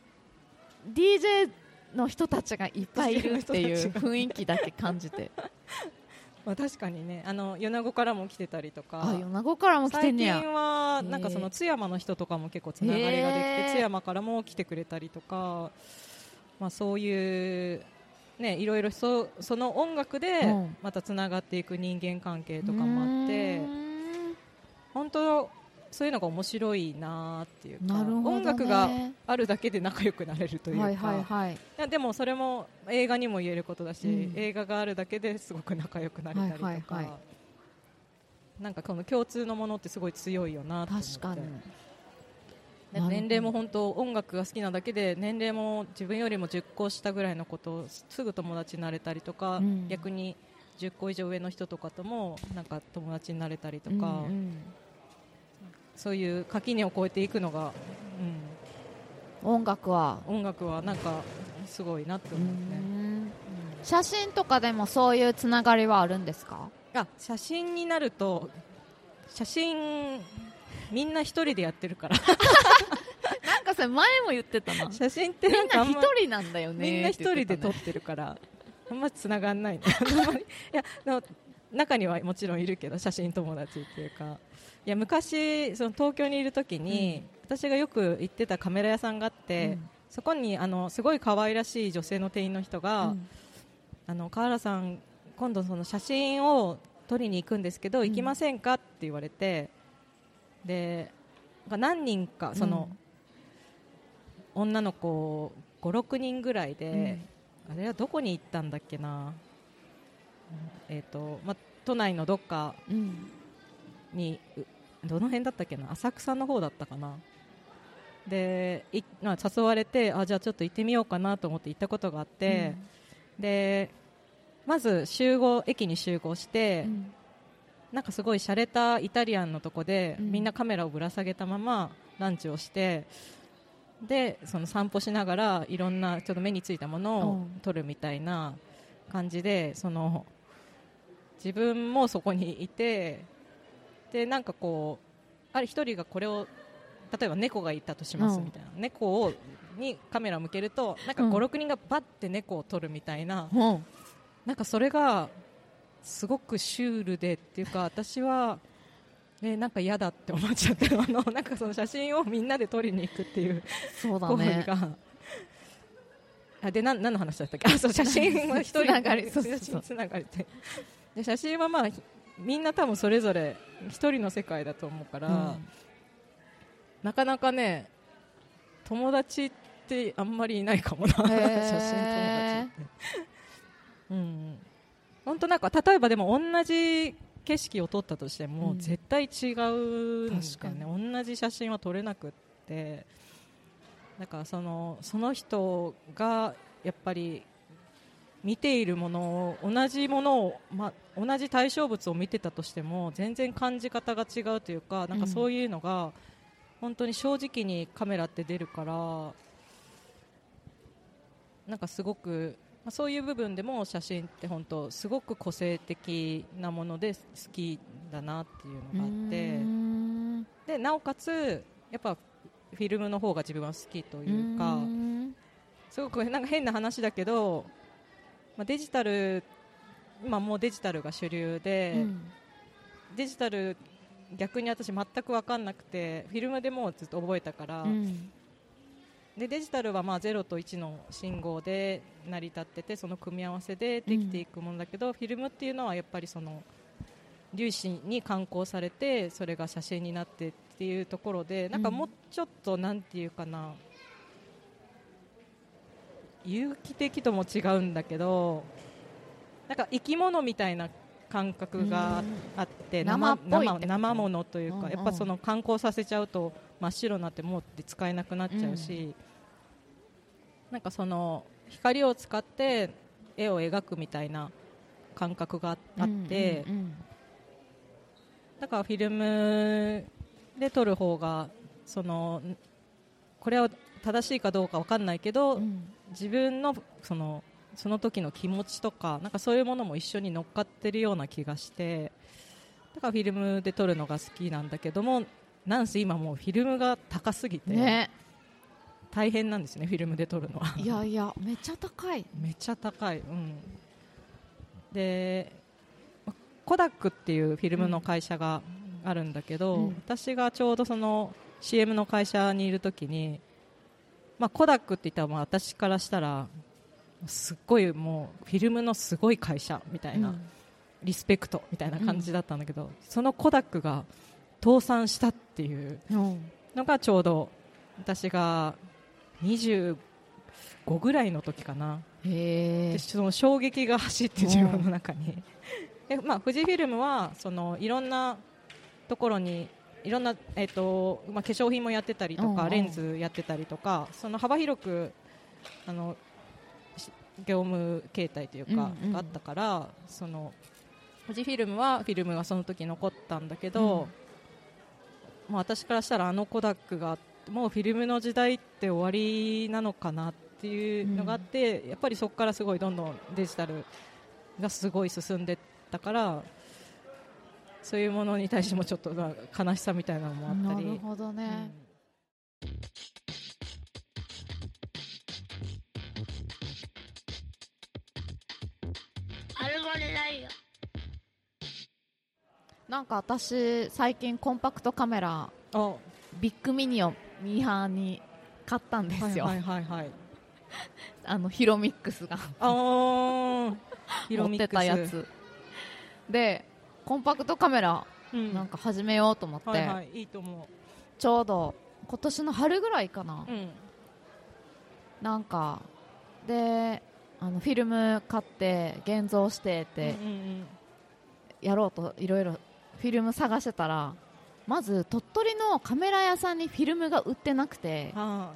の人たちがいっぱいいるっていう雰囲気だけ感じてまあ確かにね、米子からも来てたりとか、 米子からも来てんねや。 最近はなんかその津山の人とかも結構つながりができて、津山からも来てくれたりとか、まあ、そういうね、いろいろその音楽でまたつながっていく人間関係とかもあって、本当そういうのが面白いなっていうか、音楽があるだけで仲良くなれるというか、いやでもそれも映画にも言えることだし、映画があるだけですごく仲良くなれたりとか、なんかこの共通のものってすごい強いよなと思って。 確かに年齢も本当音楽が好きなだけで、年齢も自分よりも10個下ぐらいの子とすぐ友達になれたりとか、逆に10個以上上の人とかともなんか友達になれたりとか、そういう垣根を越えていくのが、 音楽はなんかすごいなって思うね。 写真とかでもそういうつながりはあるんですか？ 写真になると、写真みんな一人でやってるからなんかそれ前も言ってたな。 写真ってみんな一人なんだよね。 みんな一人で撮ってるからあんまつながんないねいや中にはもちろんいるけど、写真友達っていうか、いや昔その東京にいる時に、私がよく行ってたカメラ屋さんがあって、そこにすごい可愛らしい女性の店員の人が、川原さん今度その写真を撮りに行くんですけど、行きませんかって言われて、で何人かその、女の子5、6人ぐらいで、あれはどこに行ったんだっけな、都内のどっかに、どの辺だったっけな、浅草の方だったかな、で誘われて、じゃあちょっと行ってみようかなと思って行ったことがあって、でまず駅に集合して、なんかすごい洒落たイタリアンのとこで、みんなカメラをぶら下げたままランチをして、でその散歩しながらいろんなちょっと目についたものを撮るみたいな感じで、その自分もそこにいて、でなんかこうある一人がこれを、例えば猫がいたとしますみたいな、猫にカメラを向けるとなんか5、6人がバッて猫を撮るみたいな、なんかそれがすごくシュールでっていうか、私はなんか嫌だって思っちゃってなんかその写真をみんなで撮りに行くっていう行為が、で何の話だったっけ、そう写真は一人つながりで、写真はまあみんな多分それぞれ一人の世界だと思うから、なかなかね友達ってあんまりいないかもな写真友達って本当なんか例えばでも同じ景色を撮ったとしても、絶対違うんですよね。同じ写真は撮れなくって、だからその人がやっぱり見ているものを同じものを、同じ対象物を見てたとしても全然感じ方が違うというか、なんかそういうのが本当に正直にカメラって出るから、なんかすごくそういう部分でも写真って本当すごく個性的なもので好きだなっていうのがあって、でなおかつやっぱフィルムの方が自分は好きというか、すごくなんか変な話だけど、デジタル今もうデジタルが主流で、デジタル逆に私全く分かんなくて、フィルムでもうずっと覚えたから、でデジタルは0と1の信号で成り立ってて、その組み合わせでできていくものだけど、フィルムっていうのはやっぱりその粒子に感光されてそれが写真になってっていうところで、なんかもうちょっとなんていうかな、 有機的とも違うんだけど、なんか生き物みたいな感覚があって、 生っぽいって生ものというか、 うんうん、 やっぱその観光させちゃうと真っ白になってもうって使えなくなっちゃうし、なんかその光を使って絵を描くみたいな感覚があって、だからフィルムで撮る方がそのこれは正しいかどうか分かんないけど、自分のその時の気持ちとか、なんかそういうものも一緒に乗っかってるような気がして、だからフィルムで撮るのが好きなんだけども、なんせ今もうフィルムが高すぎて、 ね、 大変なんですね、フィルムで撮るのは。 いやいや、めっちゃ高い。 めっちゃ高い、でコダックっていうフィルムの会社があるんだけど、私がちょうどその CM の会社にいるときに、コダックって言ったら私からしたらすっごいもうフィルムのすごい会社みたいな、リスペクトみたいな感じだったんだけど、そのコダックが倒産したっていうのがちょうど私が25ぐらいの時かな。でその衝撃が走って自分の中にで、富士フィルムはそのいろんなところにいろんな、化粧品もやってたりとか、レンズやってたりとか、その幅広く業務形態というか、があったから、その富士フィルムはフィルムがその時残ったんだけど、私からしたらコダックがもうフィルムの時代って終わりなのかなっていうのがあって、やっぱりそこからすごいどんどんデジタルがすごい進んでったから、そういうものに対してもちょっと悲しさみたいなのもあったり。 なるほどね、なんか私最近コンパクトカメラビッグミニをミーハーに買ったんですよ、ヒロミックスが持ってたやつで、コンパクトカメラなんか始めようと思って、 いいと思う。 ちょうど今年の春ぐらいかな、なんかでフィルム買って現像してってやろうといろいろフィルム探してたら、まず鳥取のカメラ屋さんにフィルムが売ってなくて、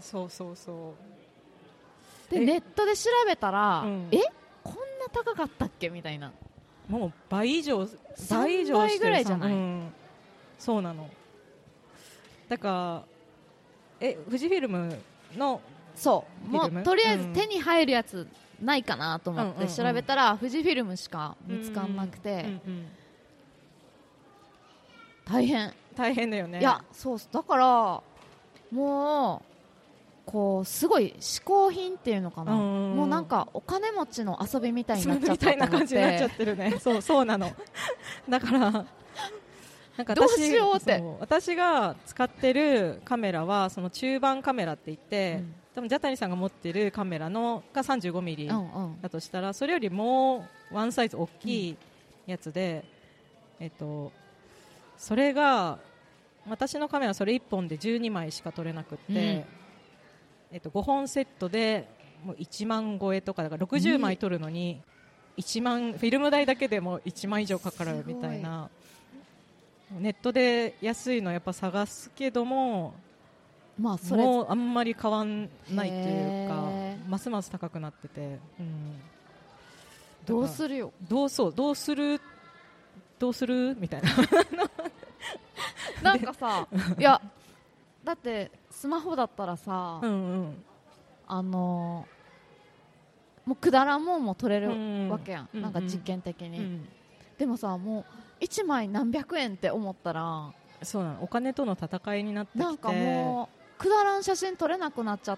でネットで調べたら、こんな高かったっけみたいな、 もう倍以上 3倍ぐらいじゃない、 そうなの。だから富士フィルムのもうとりあえず手に入るやつないかなと思って調べたら、富士フィルムしか見つからなくて、大変だよね。 いやそうだからもうこうすごい嗜好品っていうのかな、もうなんかお金持ちの遊びみたいになっちゃったと思って、みたいな感じになっちゃってるね。そうなの。だからなんかどうしようって、 私が使ってるカメラはその中盤カメラって言って、多分ジャタニさんが持ってるカメラのが35ミリだとしたら、それよりもうワンサイズ大きいやつで、それが私のカメラそれ1本で12枚しか撮れなくって、5本セットでもう1万超えとかだから60枚撮るのに1万、フィルム代だけでも1万以上かかるみたいな。ネットで安いのやっぱ探すけども、それもうあんまり変わんないというか、ますます高くなってて、 どうするよ、 どうするみたいななんかさいやだってスマホだったらさ、もうくだらんもんも撮れるわけやん、なんか実験的に、でもさもう1枚何百円って思ったら、 そうなの、お金との戦いになってきて、 なんかもうくだらん写真撮れなくなっちゃって、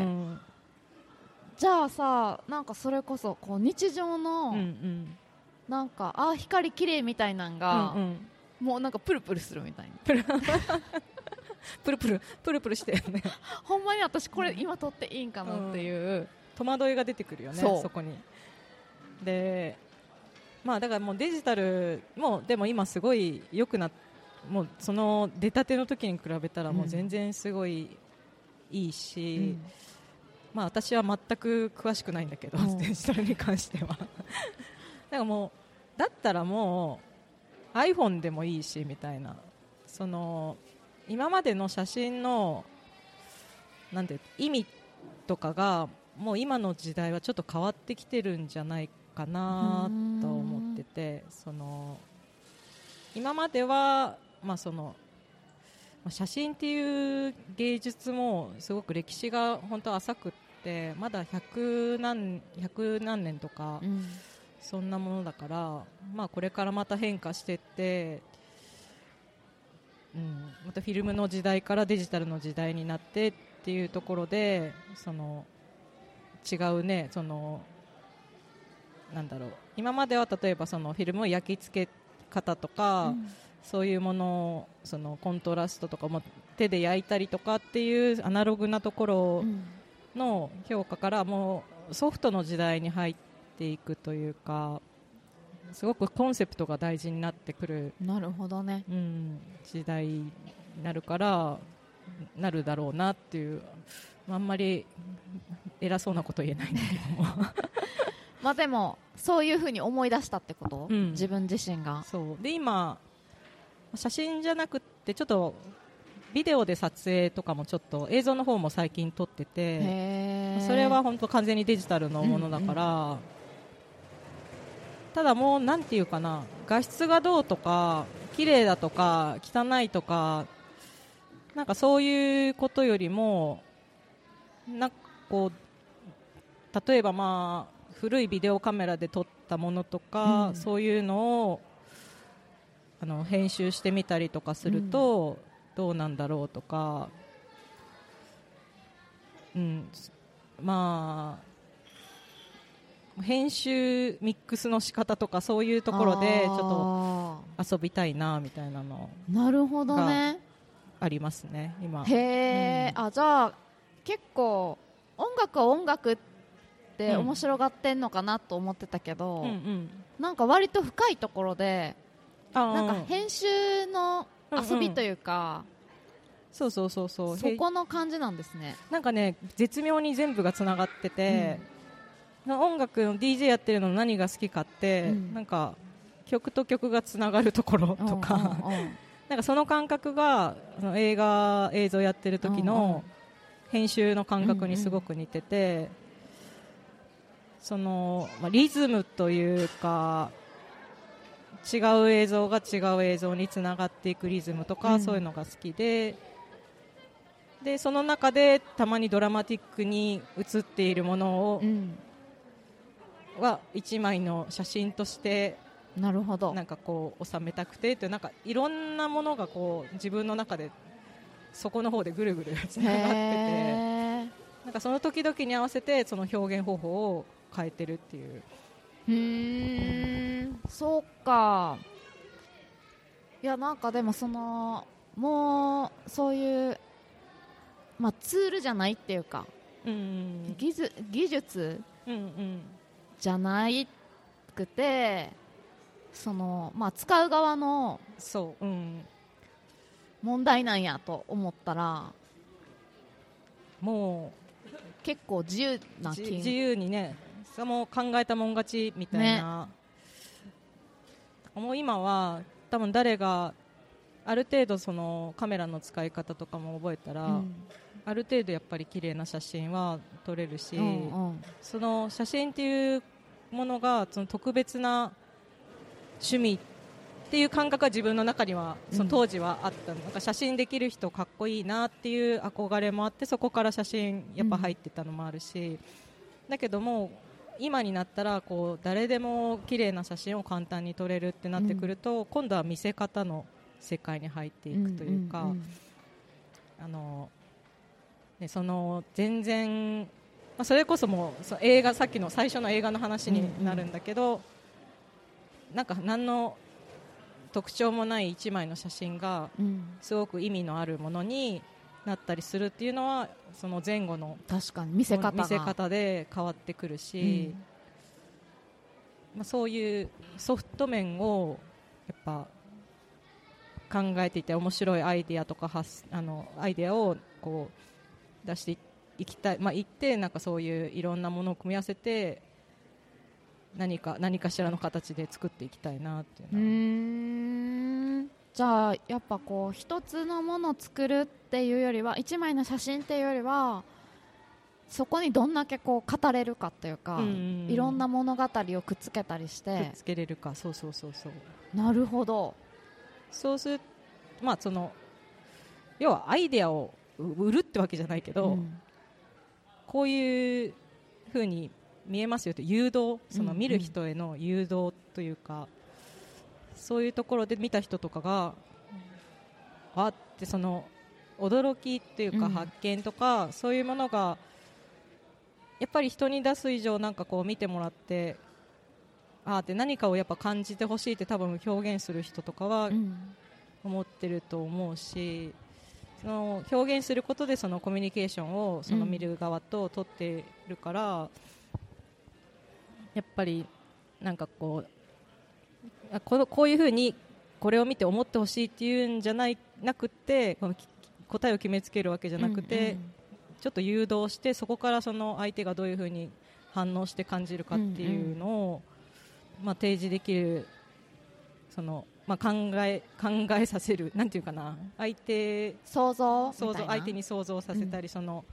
じゃあさなんかそれこそこう日常の、なんか光綺麗みたいなんが、もうなんかプルプルするみたいなプルプルしてるねほんまに私これ今撮っていいんかなっていう、 戸惑いが出てくるよね、そこに。でだからもうデジタルもでも今すごい良くなって、もうその出たての時に比べたらもう全然すごいいいし、 まあ、私は全く詳しくないんだけど、デジタルに関してはだからもうだったらもう iPhone でもいいしみたいな、その今までの写真のなんて意味とかがもう今の時代はちょっと変わってきてるんじゃないかなと思ってて、その今までは、まあ、その写真っていう芸術もすごく歴史が本当浅くってまだ100何年とか、そんなものだから、まあ、これからまた変化していって、またフィルムの時代からデジタルの時代になってっていうところで、その違うね、そのなんだろう、今までは例えばそのフィルムを焼き付け方とか、そういうものをそのコントラストとかも手で焼いたりとかっていうアナログなところの評価からもうソフトの時代に入っていくというか、すごくコンセプトが大事になってくる、 なるほどね、 時代になるからなるだろうなっていう、あんまり偉そうなこと言えないんだけどもまあでもそういうふうに思い出したってこと、 うん、 自分自身が。 そうで今写真じゃなくってちょっとビデオで撮影とかもちょっと映像の方も最近撮ってて、それは本当完全にデジタルのものだから、ただもうなんていうかな、画質がどうとか綺麗だとか汚いとかなんかそういうことよりもなんかこう例えばまあ古いビデオカメラで撮ったものとか、そういうのを編集してみたりとかするとどうなんだろうとか、まあ編集ミックスの仕方とかそういうところでちょっと遊びたいなみたいなのなるほどね、 ありますね今。 へー、じゃあ結構音楽は音楽って面白がってんのかなと思ってたけど、なんか割と深いところでなんか編集の遊びというか、 そうそこの感じなんですね。 なんかね絶妙に全部がつながってて、音楽の DJ やってるの何が好きかって、なんか曲と曲がつながるところとか、なんかその感覚が映像やってる時の編集の感覚にすごく似てて、そのリズムというか違う映像が違う映像につながっていくリズムとか、そういうのが好きで、その中でたまにドラマティックに映っているものを、は一枚の写真としてなるほど、 なんかこう収めたくてっていう、なんかいろんなものがこう自分の中でそこの方でぐるぐるつながってて、なんかその時々に合わせてその表現方法を変えてるっていう。 そうか。いやなんかでもそのもうそういう、まあ、ツールじゃないっていうか、技術、じゃないくて、その、まあ、使う側の問題なんやと思ったら、 もう結構自由な自由にね、その考えたもん勝ちみたいな、もう今は多分誰がある程度そのカメラの使い方とかも覚えたら、ある程度やっぱり綺麗な写真は撮れるし、その写真っていうものがその特別な趣味っていう感覚は自分の中にはその当時はあった、なんか写真できる人かっこいいなっていう憧れもあって、そこから写真やっぱ入ってたのもあるし、だけども今になったらこう誰でも綺麗な写真を簡単に撮れるってなってくると、今度は見せ方の世界に入っていくというか、その全然、それこそもう映画、さっきの最初の映画の話になるんだけど、なんか何の特徴もない一枚の写真がすごく意味のあるものになったりするっていうのは、その前後の確かに見せ方で変わってくるし、そういうソフト面をやっぱ考えていて、面白いアイデアとかアイデアをこう出していっ行きたい、行ってなんかそういういろんなものを組み合わせて何かしらの形で作っていきたいなっていうのは。 じゃあやっぱこう一つのものを作るっていうよりは一枚の写真っていうよりはそこにどんだけこう語れるかというか、いろんな物語をくっつけたりしてくっつけれるか。そうそうそうそう。 なるほど。 そうするその要はアイデアを売るってわけじゃないけど、こういう風に見えますよと誘導、その見る人への誘導というか、そういうところで見た人とかがあってその驚きっていうか発見とか、そういうものがやっぱり人に出す以上なんかこう見てもらってって何かをやっぱ感じてほしいって多分表現する人とかは思ってると思うし、その表現することでそのコミュニケーションをその見る側と取ってるから、やっぱりなんかこういうふうにこれを見て思ってほしいっていうんじゃなくて、この答えを決めつけるわけじゃなくて、ちょっと誘導してそこからその相手がどういうふうに反応して感じるかっていうのを、提示できるその、考えさせるなんていうかな、相手に想像させたり、その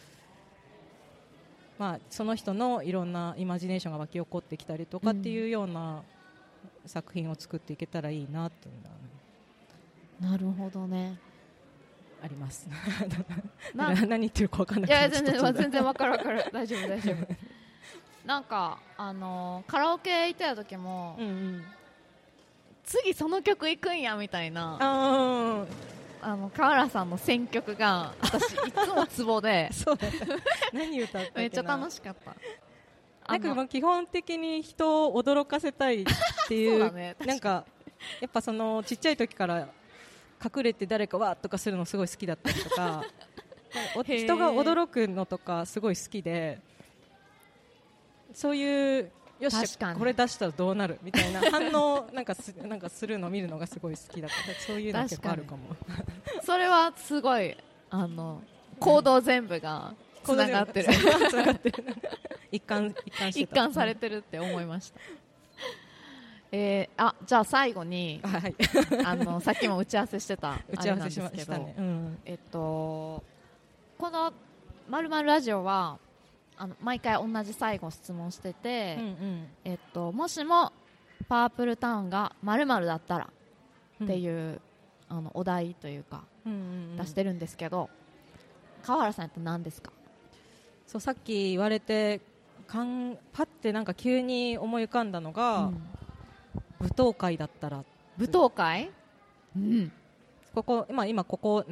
人のいろんなイマジネーションが湧き起こってきたりとかっていうような作品を作っていけたらいいなっていうのは、 なるほどね、 あります何言ってるか分かんない。いや全然分かる大丈夫なんかカラオケ行ってた時も、次その曲行くんやみたいな、川原さんの選曲が私いつもツボでそうだ何歌ったっけな、 めっちゃ楽しかった。 なんか基本的に人を驚かせたいっていうそうだね、 なんかやっぱそのちっちゃい時から隠れて誰かわーとかするのすごい好きだったりとか人が驚くのとかすごい好きで、そういうよしこれ出したらどうなるみたいな反応なんかするのを見るのがすごい好きだから、そういうの結構あるかも。 それはすごい行動全部がつながってる一貫されてるって思いました。じゃあ最後に、さっきも打ち合わせしてた打ち合わせしましたね。 この〇〇ラジオは毎回同じ最後質問してて、もしもパープルタウンが〇〇だったらっていう、お題というか、出してるんですけど、川原さんって何ですか？ そう、さっき言われてパッてなんか急に思い浮かんだのが、舞踏会だったら。 舞踏会？ ここ今ここ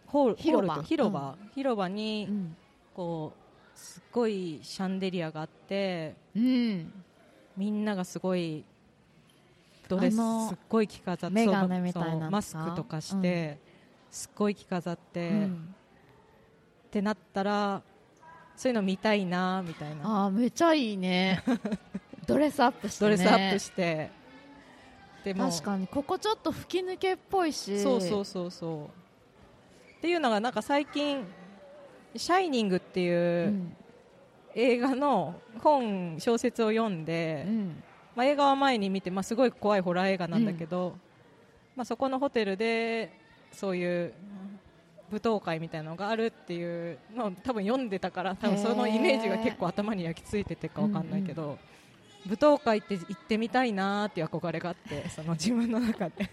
広場に、こうすっごいシャンデリアがあって、みんながすごいドレスすっごい着飾ってメガネみたいなマスクとかして、すっごい着飾って、ってなったらそういうの見たいなみたいな。 めっちゃいいねドレスアップしてでも確かにここちょっと吹き抜けっぽいし、 そうっていうのがなんか最近シャイニングっていう映画の小説を読んで、映画は前に見て、すごい怖いホラー映画なんだけど、そこのホテルでそういう舞踏会みたいなのがあるっていうのを多分読んでたから、多分そのイメージが結構頭に焼き付いててか分かんないけど、舞踏会って行ってみたいなーっていう憧れがあって、その自分の中で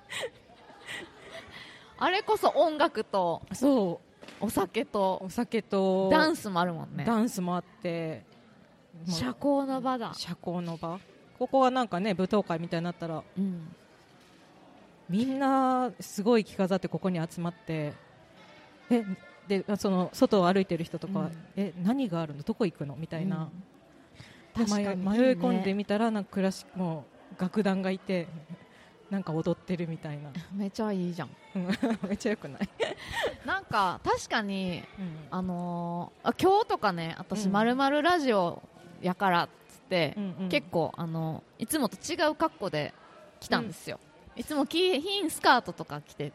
あれこそ音楽とお酒とダンスもあるもんね。 ダンスもあって社交の場だ。 社交の場。ここはなんかね舞踏会みたいになったら、みんなすごい着飾ってここに集まってでその外を歩いてる人とか、何があるのどこ行くのみたいな、迷い込んでみたらなんかクラシックも楽団がいてなんか踊ってるみたいな。 めっちゃいいじゃんめっちゃよくないなんか確かに、今日とかね、私〇〇ラジオやからっつって、結構いつもと違う格好で来たんですよ。いつもヒンスカートとか着てて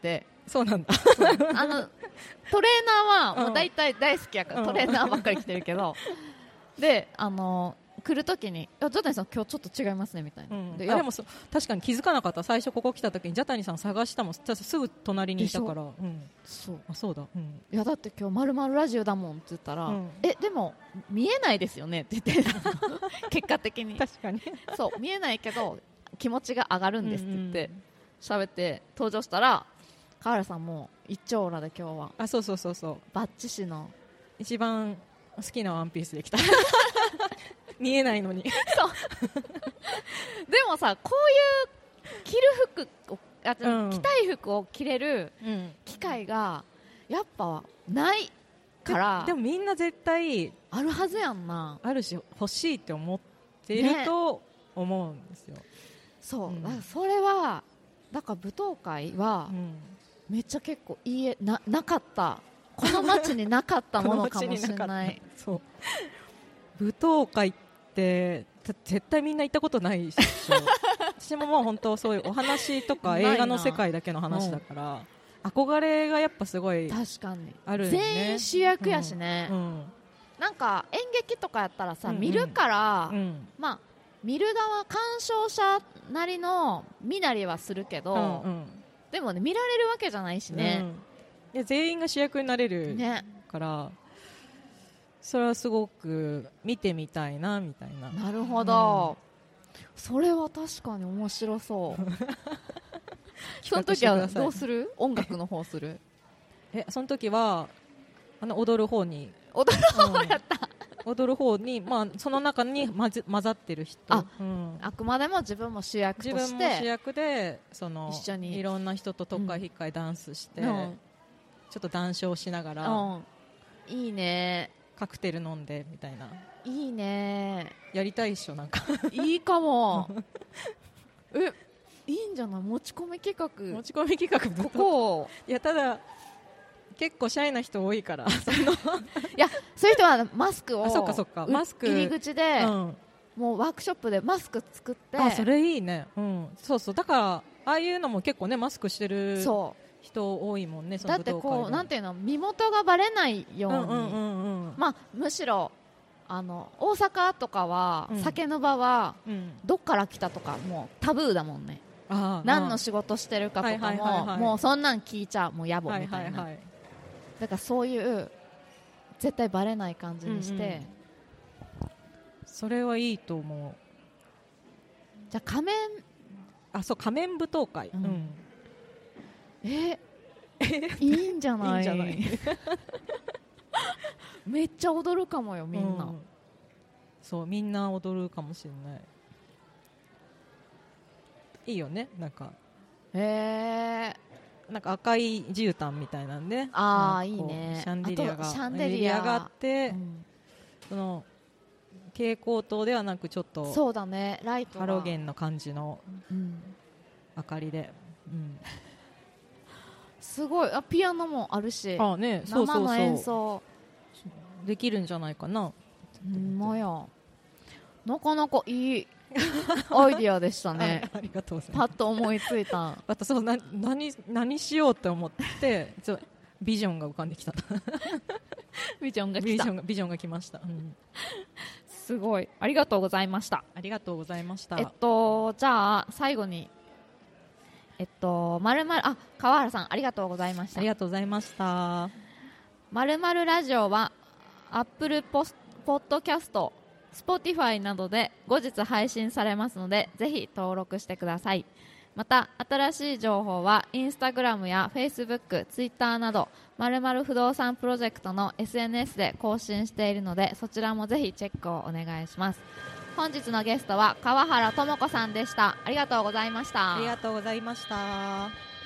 そうなんだ。 トレーナーはもう大体大好きやから、トレーナーばっかり来てるけど、で来るときにジャタニさん今日ちょっと違いますねみたいな、 でも確かに気づかなかった。最初ここ来たときにジャタニさん探したもん、すぐ隣にいたから。そうだ、 いやだって今日まるまるラジオだもんって言ったら、でも見えないですよねって言って結果的に確かにそう見えないけど気持ちが上がるんですって言って喋って登場したら、川原さんも一丁オーラで今日はそうバッチシの一番好きなワンピースで来た見えないのにそうでもさ、こういう着る服を着たい服を着れる機会がやっぱないから、 でもみんな絶対あるはずやんな。 あるし欲しいって思っていると思うんですよ、 そう、だからそれはだから舞踏会はめっちゃ結構なかった、この街になかったものかもしれないそう舞踏会って絶対みんな行ったことないでしょ私ももう本当そういうお話とか映画の世界だけの話だから、憧れがやっぱすごい確かにあるよね。 全員主役やしね、なんか演劇とかやったらさ、見るから、まあ見る側鑑賞者なりの見なりはするけど、でもね見られるわけじゃないしね、 で全員が主役になれるから、それはすごく見てみたいなみたいな。 なるほど、それは確かに面白そうその時はどうする？音楽の方する？ その時は踊る方にやった、 踊る方に、その中に混ざってる人、 あくまでも自分も主役として、 自分も主役で一緒にいろんな人と特会引っかいダンスして、ちょっと談笑しながら、 いいね、 カクテル飲んでみたいな。 いいね、 やりたいっしょ、なんかいいかもいいんじゃない、持ち込み企画。 持ち込み企画ここいや、ただ結構シャイな人多いからいや、そういう人はマスクをそっかマスク入り口で、もうワークショップでマスク作って、 それいいね、そうだからああいうのも結構ねマスクしてる人多いもんね。 だってこうなんていうの、身元がバレないように、むしろ大阪とかは、酒の場は、どっから来たとかもうタブーだもんね。何の仕事してるかとかも、もうそんなん聞いちゃもう野暮みたいな、だからそういう絶対バレない感じにして、 それはいいと思う。 じゃあ仮面、 仮面舞踏会、 いいんじゃないめっちゃ踊るかもよ、みんな、 そうみんな踊るかもしれない。いいよね、なんかなんか赤い絨毯みたいなんで、 いいね、 シャンデリアがあって、その蛍光灯ではなくちょっとそうだね、ライトハロゲンの感じの明かりで、 すごい、ピアノもあるし、 生の演奏できるんじゃないかな。 なかなかいいアイディアでしたねありがとうございます。 パッと思いついたまた何しようって思ってビジョンが浮かんできたビジョンが来ました、すごい、ありがとうございました。 ありがとうございました。 じゃあ最後に川原さんありがとうございました。 ありがとうございました。 まるまるラジオはアップルポッドキャスト、Spotify などで後日配信されますので、ぜひ登録してください。また新しい情報はインスタグラムやフェイスブック、ツイッターなどまるまる不動産プロジェクトの SNS で更新しているので、そちらもぜひチェックをお願いします。本日のゲストは川原智子さんでした。ありがとうございました。 ありがとうございました。